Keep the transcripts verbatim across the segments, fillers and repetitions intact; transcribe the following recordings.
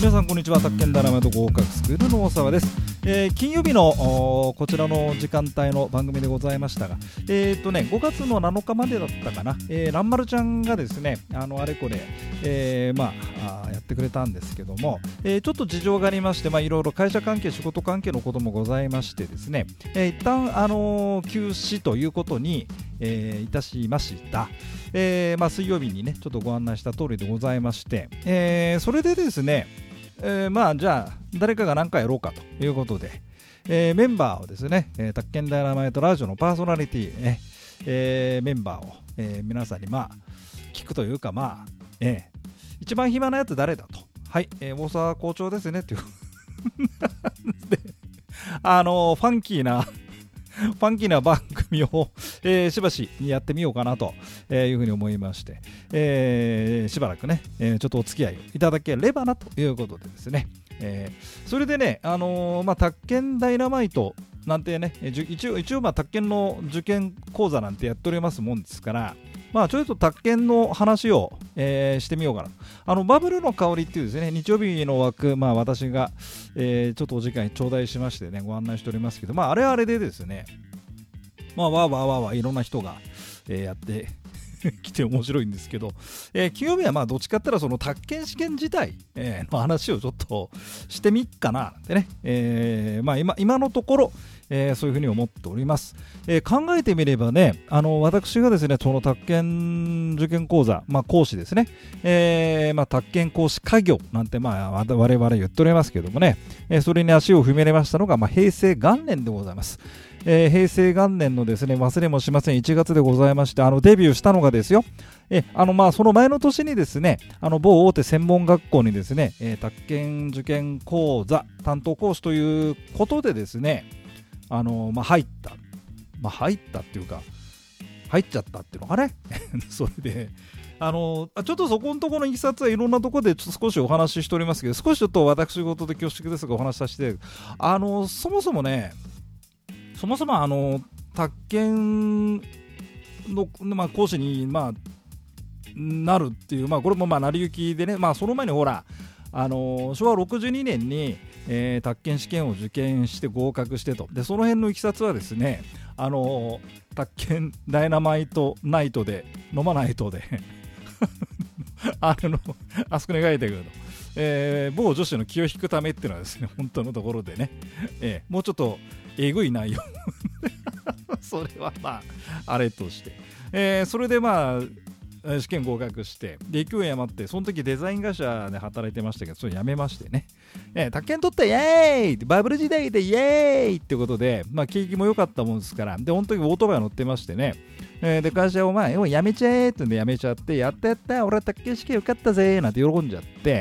皆さんこんにちは。宅建ダイナマイト合格スクールの大沢です。えー、金曜日のこちらの時間帯の番組でございましたが、えーとね、ごがつのなのかまでだったかな、えー、らんまるちゃんがですね、あのあれこれ、えーまあ、あやってくれたんですけども、えー、ちょっと事情がありまして、まあ、いろいろ会社関係仕事関係のこともございましてですね、えー、一旦、あのー、休止ということに、えー、いたしました。えーまあ、水曜日にねちょっとご案内した通りでございまして、えー、それでですね、えー、まあじゃあ誰かが何かやろうかということで、えー、メンバーをですね、えー、宅建ダイナマイトラジオのパーソナリティ、ねえー、メンバーを、えー、皆さんにまあ聞くというか、まあ、えー、一番暇なやつ誰だと、はい、えー、大沢校長ですねっていうで、あのー、ファンキーなファンキーな番組を、えー、しばしやってみようかなというふうに思いまして、えー、しばらくね、えー、ちょっとお付き合いをいただければなということでですね、えー、それでね、あのーまあ、宅建ダイナマイトなんてね、一応、一応まあ宅建の受験講座なんてやっておりますもんですから、まあ、ちょっと宅建の話を、えー、してみようかな。あのバブルの香りっていうですね、日曜日の枠、まあ、私が、えー、ちょっとお時間頂戴しましてね、ご案内しておりますけど、まあ、あれあれでですね、まあ、わーわーわーわーいろんな人が、えー、やってきて面白いんですけど、えー、金曜日はまあどっちかって言ったらその宅建試験自体、えー、の話をちょっとしてみっかなってね、えーまあ、今, 今のところ、えー、そういうふうに思っております。えー、考えてみればね、あの私がですねその宅建受験講座、まあ、講師ですね、えーまあ、宅建講師家業なんてまあ我々言っておりますけどもね、えー、それに足を踏み入れましたのが、まあ、平成元年でございます。えー、平成元年のですね忘れもしませんいちがつでございまして、あのデビューしたのがですよ、えあのまあその前の年にですね、あの某大手専門学校にですね、えー、宅建受験講座担当講師ということでですね、あのまあ入った、まあ、入ったっていうか入っちゃったっていうのかねそれであのちょっとそこのところのいきさつはいろんなところでちょっと少しお話ししておりますけど、少しちょっと私事で恐縮ですがお話しさせて、あのそもそもねそもそもあの宅建の、まあ、講師に、まあ、なるっていう、まあ、これもまあ成り行きでね、まあ、その前にほらあのしょわろくじゅうにねんに、えー、宅建試験を受験して合格してと、でその辺のいきさつはですね、あの宅建ダイナマイトナイトで飲まないとであのあそこに書いてくるの、えー、某女子の気を引くためっていうのはですね本当のところでね、えー、もうちょっとえぐい内容それはまああれとして、えー、それでまあ試験合格してで勢い余って、その時デザイン会社で働いてましたけどそれ辞めましてね、えー、宅建取ったイエーイってバブル時代でイエーイってことで、まあ景気も良かったもんですから、で本当にオートバイ乗ってましてね、えー、で会社をまあ辞めちゃえってんで辞めちゃって、やったやった俺は宅建試験受かったぜーなんて喜んじゃって、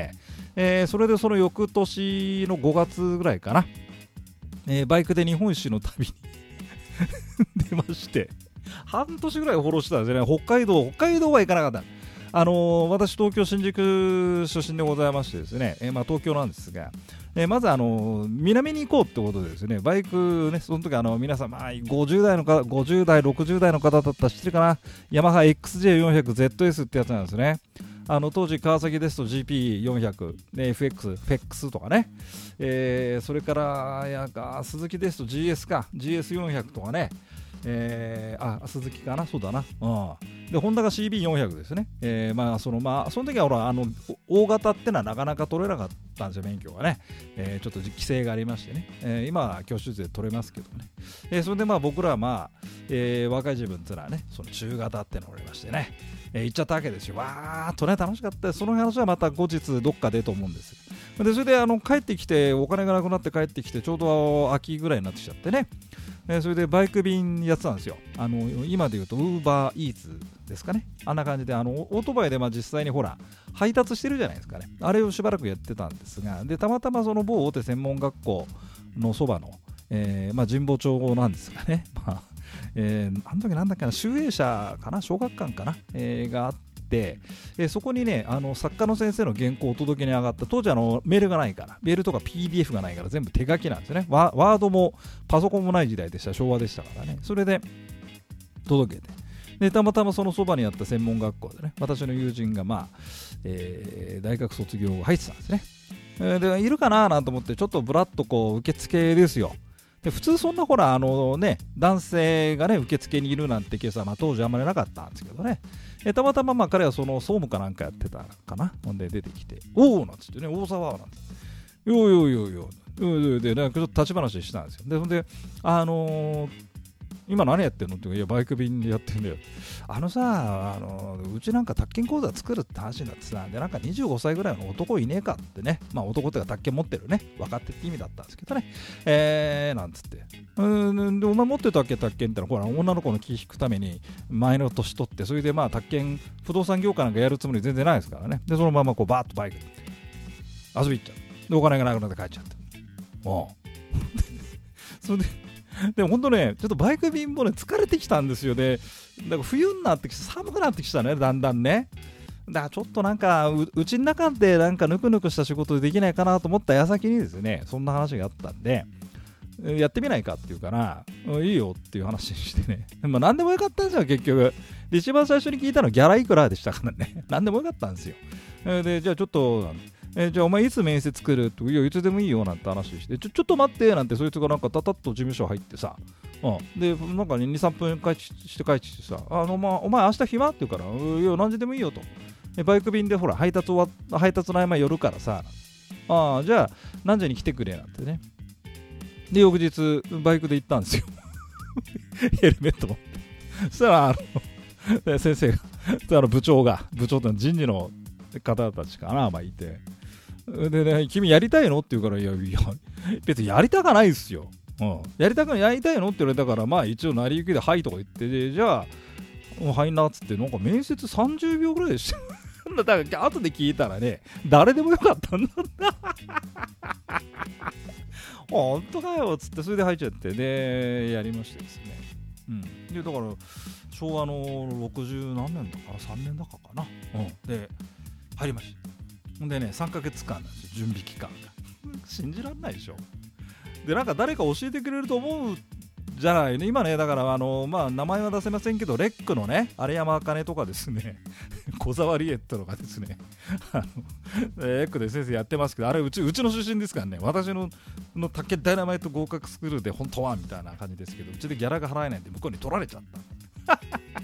えー、それでその翌年のごがつぐらいかな、えー、バイクで日本一周の旅に出まして、半年ぐらいフォローしてたんですよね。北海道北海道は行かなかった。あのー、私東京新宿出身でございましてですね、えーまあ、東京なんですが、えー、まずあのー、南に行こうってことでですね、バイクね、その時あの皆さん、まあ、ごじゅう代のかごじゅう代ろくじゅう代の方だったら知ってるかな、ヤマハ エックスジェイよんひゃくゼットエス ってやつなんですね。あの当時川崎ですと ジーピーよんひゃく、エフエックス、フェックス とかね、えー、それからや鈴木ですと ジーエス か ジーエスよんひゃく とかね、えー、あ鈴木かな、そうだな、うん、でホンダが シービーよんひゃく ですね、えー、まあそのまあその時はほらあの大型ってのはなかなか取れなかったんですよ、免許がね、えー、ちょっと規制がありましてね、えー、今は教習税取れますけどね、えー、それでまあ僕らはまあ、えー、若い自分っていうのはねその中型ってのがおりましてね、えー、行っちゃったわけですよ。わーっとね楽しかった。その話はまた後日どっかでと思うんですよ。でそれであの帰ってきてお金がなくなって帰ってきてちょうど秋ぐらいになってきちゃってね、えー、それでバイク便やってたんですよ。あの今でいうとウーバーイーツですかね、あんな感じであのオートバイでまあ実際にほら配達してるじゃないですかね、あれをしばらくやってたんですが、でたまたまその某大手専門学校のそばの、えーまあ、神保町なんですがね、まあえー、あの時なんだっけな、集英社かな、小学館かな、えー、があって、えー、そこにねあの作家の先生の原稿をお届けに上がった。当時あのメールがないから、メールとか ピーディーエフ がないから全部手書きなんですよね。ワ, ワードもパソコンもない時代でした、昭和でしたからね。それで届けて、でたまたまそのそばにあった専門学校でね、私の友人がまあ、えー、大学卒業後入ってたんですね。 えー、でいるかななんて思ってちょっとブラッとこう受付ですよ。で普通そんなほらあのね男性がね受付にいるなんてケースはまあ当時あんまりなかったんですけどね、えたまたままあ彼はその総務かなんかやってたかな。ほんで出てきておおなんつってね大沢なんてよよよよよでなんかちょっと立ち話したんですよ。でほんであのー今何やってんのって言うから、いやバイク便でやってんだよ。あのさあのうちなんか宅建講座作るって話になってさ、でなんかにじゅうごさいぐらいの男いねえかってね、まあ男ってか宅建持ってるね若手って意味だったんですけどね、えーなんつってうーんでお前持ってたっけ宅建ってのはほら女の子の気引くために前の年取って、それでまあ宅建不動産業界なんかやるつもり全然ないですからね。でそのままこうバーッとバイク遊び行っちゃう。でお金がなくなって帰っちゃっておうそれででも本当ね、ちょっとバイク便もね疲れてきたんですよね。だから冬になってきて寒くなってきたね、だんだんね。だからちょっとなんか う, うちの中でなんかぬくぬくした仕事できないかなと思った矢先にですね、そんな話があったんで、やってみないかっていうから、いいよっていう話してね、まあ何でもよかったんですよ結局。で一番最初に聞いたのはギャラいくらでしたからね、何でもよかったんですよ。でじゃあちょっとえー、じゃあお前いつ面接来るって、いやいつでもいいよなんて話して、ちょちょっと待ってなんてそいつがなんかタタッと事務所入ってさ、うん、でなんかにさんぷん帰ってして帰ってきてさ、あの、まあ、お前明日暇って言うから、いや何時でもいいよと。でバイク便でほら配達終わっ配達の合間寄るからさ、ああじゃあ何時に来てくれなんてね。で翌日バイクで行ったんですよヘルメット持って。そしたらあの先生があの部長が部長って人事の方たちかな、まあいて、でね、君やりたいのって言うから、いやいや別にやりたかないですよ、うん、やりたくやりたいのって言われたから、まあ一応成り行きではいとか言って、でじゃあもうはいなっつって、なんか面接さんじゅうびょうぐらいでしただから後で聞いたらね、誰でもよかったんだ本当かよっつって、それで入っちゃって、でやりましてですね、うん、でだから昭和のろくじゅう何年だからさんねんだかかな、うん、で入りました。ほんでねさんかげつかんなんですよ準備期間が信じられないでしょ。でなんか誰か教えてくれると思うじゃないね今ね。だからあのまあ名前は出せませんけど、レックのね有山茜とかですね小沢リエットとかですねあのレックで先生やってますけど、あれうちうちの出身ですからね。私のの竹ダイナマイト合格スクールで本当はみたいな感じですけど、うちでギャラが払えないんで向こうに取られちゃった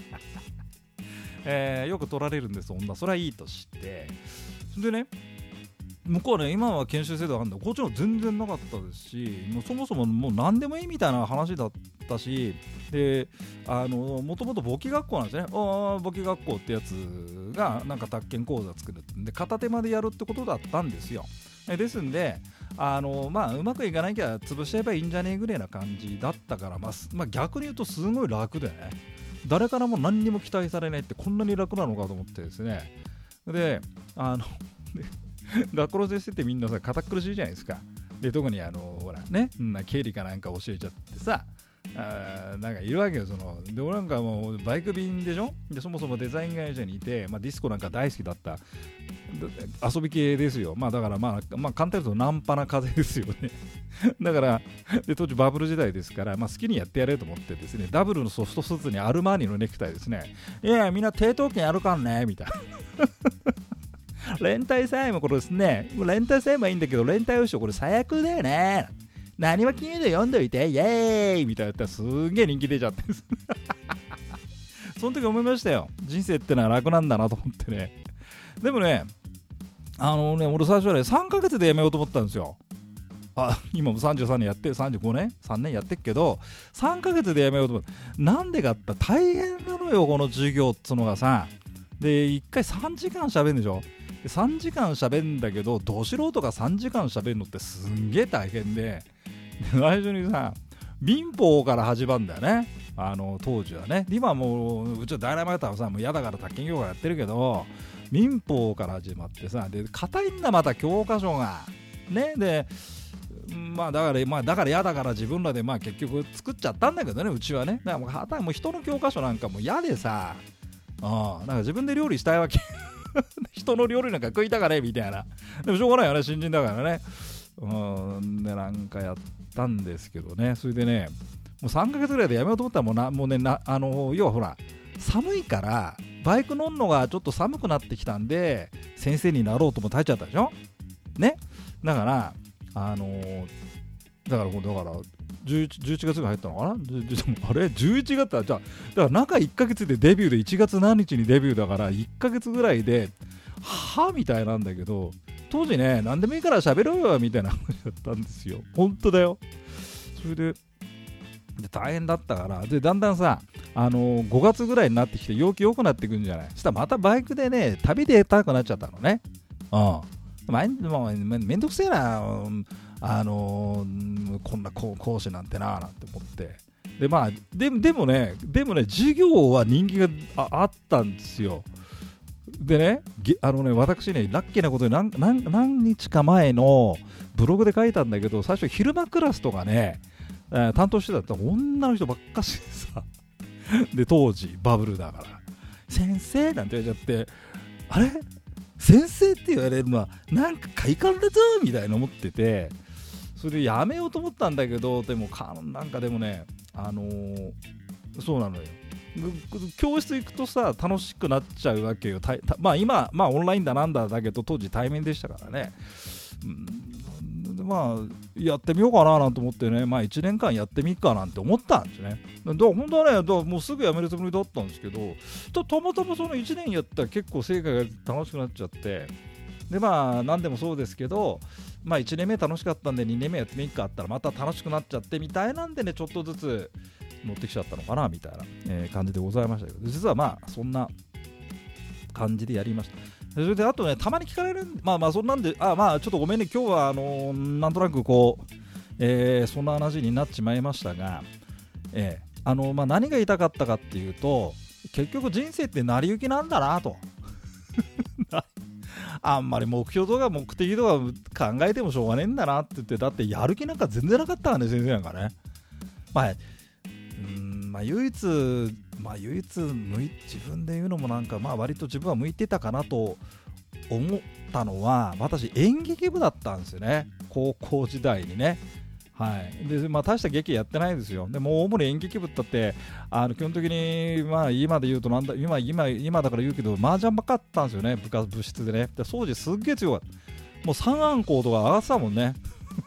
えー、よく取られるんです女。それはいいとして、でね向こうはね今は研修制度があるんだ、こっちの全然なかったですし、もうそもそももう何でもいいみたいな話だったし、であのもともと簿記学校なんですね。あ簿記学校ってやつがなんか宅建講座作るってで片手間でやるってことだったんですよ。ですんであの、まあ、うまくいかなきゃ潰しちゃえばいいんじゃねえぐらいな感じだったから、まあまあ、逆に言うとすごい楽でね、誰からも何にも期待されないってこんなに楽なのかと思ってですね。であの学校の先生ってみんなさ堅苦しいじゃないですか。で特にあのほらね経理かなんか教えちゃってさ、あなんかいるわけよ。そので俺なんかもうバイク便でしょ。でそもそもデザイン会社にいて、まあ、ディスコなんか大好きだった遊び系ですよ。まあだからまあ、まあ、簡単に言うとナンパな風ですよねだからで当時バブル時代ですから、まあ、好きにやってやれと思ってですね、ダブルのソフトスーツにアルマーニのネクタイですね、いやみんな抵当権あるかんねみたいな連帯債務これですね、連帯債務はいいんだけど連帯保証これ最悪だよね、何は金融で読んどいてイエーイみたいなやったらすんげえ人気出ちゃってその時思いましたよ、人生ってのは楽なんだなと思ってね。でもねあのね俺最初はねさんかげつで辞めようと思ったんですよ。あ今もさんじゅうさんねんやってさんじゅうごねんさんねんやってっけどさんかげつで辞めようと思って、なんでかって大変なのよこの授業っつのがさ。でいっかいさんじかんしゃべんでしょ。でさんじかんしゃべんだけどど素人がさんじかんしゃべるのってすんげえ大変で、で最初にさ民法から始まるんだよね、あの当時はね。今はもううちはダイナマイトはさもう嫌だから宅建業界やってるけど民法から始まってさ、で硬いんだまた教科書がね。でまあだからまあだから嫌だから自分らでまあ結局作っちゃったんだけどね、うちはね。だからもう人の教科書なんかもう嫌でさ、あなんか自分で料理したいわけ人の料理なんか食いたがれみたいな。でもしょうがないよね新人だからね。うんでなんかやったんですけどね。それでねもうさんかげつぐらいでやめようと思ったらもうなもうねなあの要はほら寒いからバイク乗るのがちょっと寒くなってきたんで先生になろうとも耐えちゃったでしょね。 だからあのー、だからだからじゅういち、じゅういちがつが入ったのかな。あれじゅういちがつはじゃあだから中いっかげつでデビューでいちがつ何日にデビューだからいっかげつぐらいではみたいなんだけど、当時ね何でもいいから喋ろうよみたいな話だったんですよ。本当だよ。それでで大変だったからでだんだんさ、あのー、ごがつぐらいになってきて陽気良くなってくるんじゃない。そしたらまたバイクでね旅でたくなっちゃったのね。うん、もうめ, めんどくせえな、うん、あのー、こんな講師なんてななんて思ってでまあででもねでもね授業は人気が あ, あったんですよ。でねあのね私ねラッキーなことに 何, 何, 何日か前のブログで書いたんだけど、最初昼間クラスとかね、えー、担当してたって女の人ばっかしでさで当時バブルだから先生なんて言われちゃって、あれ先生って言われるのはなんか快感だぞみたいな思ってて、それでやめようと思ったんだけど、でもかなんかでもねあのー、そうなのよ。教室行くとさ楽しくなっちゃうわけよ。たたまあ今まあオンラインだなんだだけど当時対面でしたからね、うん、でまあやってみようかななんて思ってね、まあいちねんかんやってみっかなんて思ったんですね。だから本当はねだからもうすぐやめるつもりだったんですけど、たたまたまそのいちねんやったら結構成果が楽しくなっちゃって、でまあ何でもそうですけど、まあいちねんめ楽しかったんでにねんめやってみっかあったらまた楽しくなっちゃってみたいなんでね、ちょっとずつ乗ってきちゃったのかなみたいな、えー、感じでございましたけど、実はまあそんな感じでやりました。それであとねたまに聞かれるまあまあそんなんであまあちょっとごめんね今日はあのー、なんとなくこう、えー、そんな話になっちまいましたが、えーあのーまあ、何が言いたかったかっていうと、結局人生って成り行きなんだなとあんまり目標とか目的とか考えてもしょうがねえんだなって言って、だってやる気なんか全然なかったからね先生なんかね。まあまあ、唯一、まあ、唯一向い自分で言うのもなんか、まあ、割と自分は向いてたかなと思ったのは、私演劇部だったんですよね高校時代にね。はいでまあ、大した劇やってないですよ。でも主に演劇部だってあの基本的に、まあ、今で言うとなんだ 今, 今, 今だから言うけど麻雀ばっかったんですよね、部活部室でね。で当時すっげえ強かった。もう三暗校とか上がってたもんね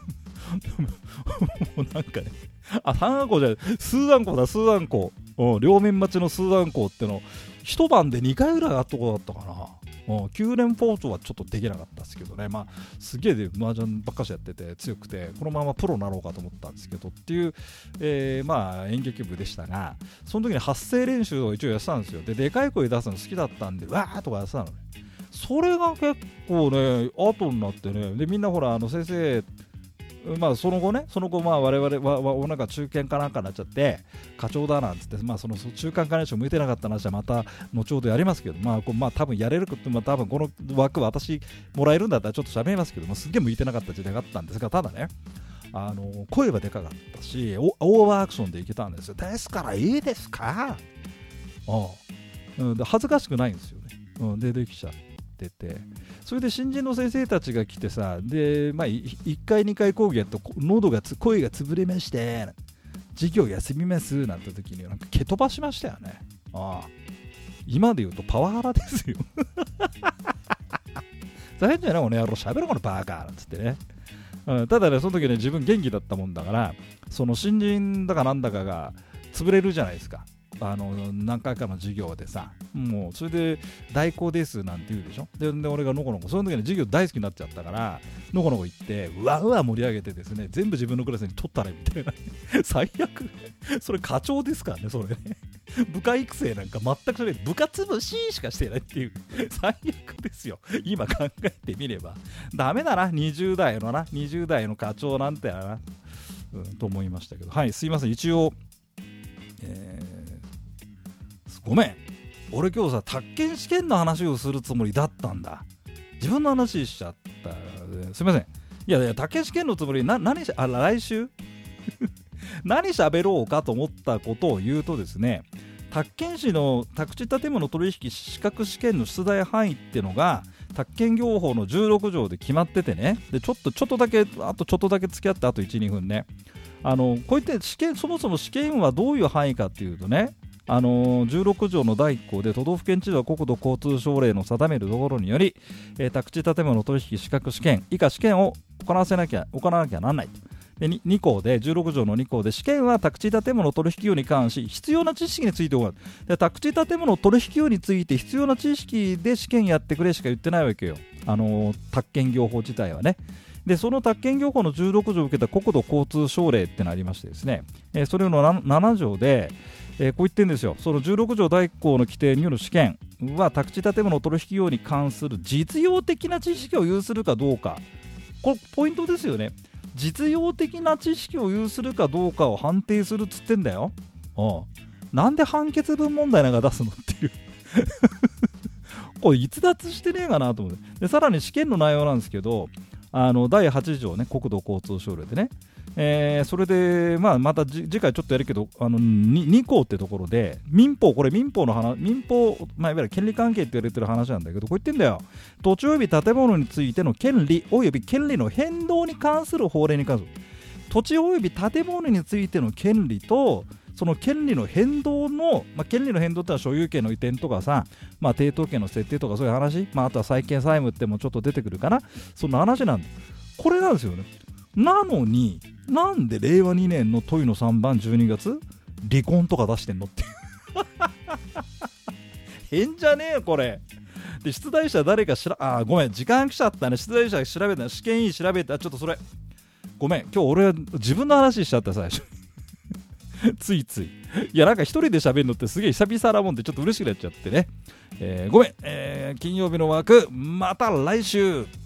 もうなんかねあ、三暗校じゃない数暗校だ数暗校、うん、両面待ちの数暗校っての一晩でにかいぐらいあったとこだったかな、うん、きゅう連包丁はちょっとできなかったですけどね。まあすげえで麻雀ばっかしやってて強くてこのままプロになろうかと思ったんですけどっていう、えー、まあ演劇部でしたが、その時に発声練習を一応やってたんですよ。ででかい声出すの好きだったんでわーとかやってたのね。それが結構ね後になってね、でみんなほらあの先生まあその後ねその後まあ我々はおなんか中堅かなんかになっちゃって課長だなんつって、まあその中間管理職向いてなかった話はまた後ほどやりますけど、まあこうまあ多分やれること、まあ多分この枠私もらえるんだったらちょっと喋りますけども、すっげえ向いてなかった時代があったんですが、ただねあの声はでかかったしオーバーアクションでいけたんですよ。ですからいいですか、ああ、うん、で恥ずかしくないんですよね、うん、でできちゃっててて、それで新人の先生たちが来てさ、で、まあ、いっかいにかい講義やっと喉がつ声が潰れまして授業休みますなんて時になんか蹴飛ばしましたよね。ああ今で言うとパワハラですよ大変じゃないこの野郎喋るこのバーカーなんつってね、うん、ただねその時ね自分元気だったもんだからその新人だかなんだかが潰れるじゃないですか、あの何回かの授業でさ、もうそれで代行ですなんて言うでしょ。 で, で俺がのこのこその時に授業大好きになっちゃったからのこのこ行ってうわうわ盛り上げてですね、全部自分のクラスに取ったねみたいな最悪それ課長ですからねそれね部下育成なんか全くしない、部活潰ししかしてないっていう最悪ですよ今考えてみれば。ダメだなにじゅう代のなにじゅう代の課長なんてやな、うん、と思いましたけど、はいすいません一応えー、ごめん俺今日さ宅建試験の話をするつもりだったんだ。自分の話しちゃった、すいません。いやいや宅建試験のつもりな何しあ来週何喋ろうかと思ったことを言うとですね、宅建士の宅地建物取引資格試験の出題範囲ってのが宅建業法のじゅうろく条で決まっててね、でちょっとちょっとだけあとちょっとだけ付き合ってあと いち,に 分ね、あのこういって試験そもそも試験はどういう範囲かっていうとね、あのー、じゅうろく条のだいいっ項で都道府県知事は国土交通省令の定めるところにより、えー、宅地建物取引資格試験以下試験を行わせなきゃ行わなきゃならないと。で 2, に項でじゅうろく条のに項で、試験は宅地建物取引業に関し必要な知識について行う。で宅地建物取引業について必要な知識で試験やってくれしか言ってないわけよ、あのー、宅建業法自体はね。でその宅建業法のじゅうろく条を受けた国土交通省令ってのありましてですね、えー、それのなな条で、えー、こう言ってるんですよ。そのじゅうろく条だいいっ項の規定による試験は宅地建物取引業に関する実用的な知識を有するかどうか、これポイントですよね。実用的な知識を有するかどうかを判定するっつってんだよ。おうなんで判決文問題なんか出すのっていうこれ逸脱してねえかなと思って。でさらに試験の内容なんですけど、あのだいはち条ね、国土交通省令でね、えー、それで、まあ、また次回ちょっとやるけど、あの 2, に項ってところで民法、これ民法の話、民法、まあ、いわゆる権利関係って言われてる話なんだけど、こう言ってんだよ。土地及び建物についての権利及び権利の変動に関する法令に関する。土地及び建物についての権利とその権利の変動の、まあ、権利の変動ってのは所有権の移転とかさ、まあ、抵当権の設定とかそういう話、まあ、あとは債権債務ってもちょっと出てくるかな、そんな話なんだ。これなんですよね。なのになんでれいわにねんの問いのさんばんじゅうにがつ離婚とか出してんのって変じゃねえよこれで。出題者誰かしらあごめん時間来ちゃったね。出題者調べた試験委員調べたちょっとそれごめん、今日俺は自分の話しちゃった最初ついついいやなんか一人で喋るのってすげえ久々なもんでちょっと嬉しくなっちゃってね、えー、ごめん、えー、金曜日の枠また来週。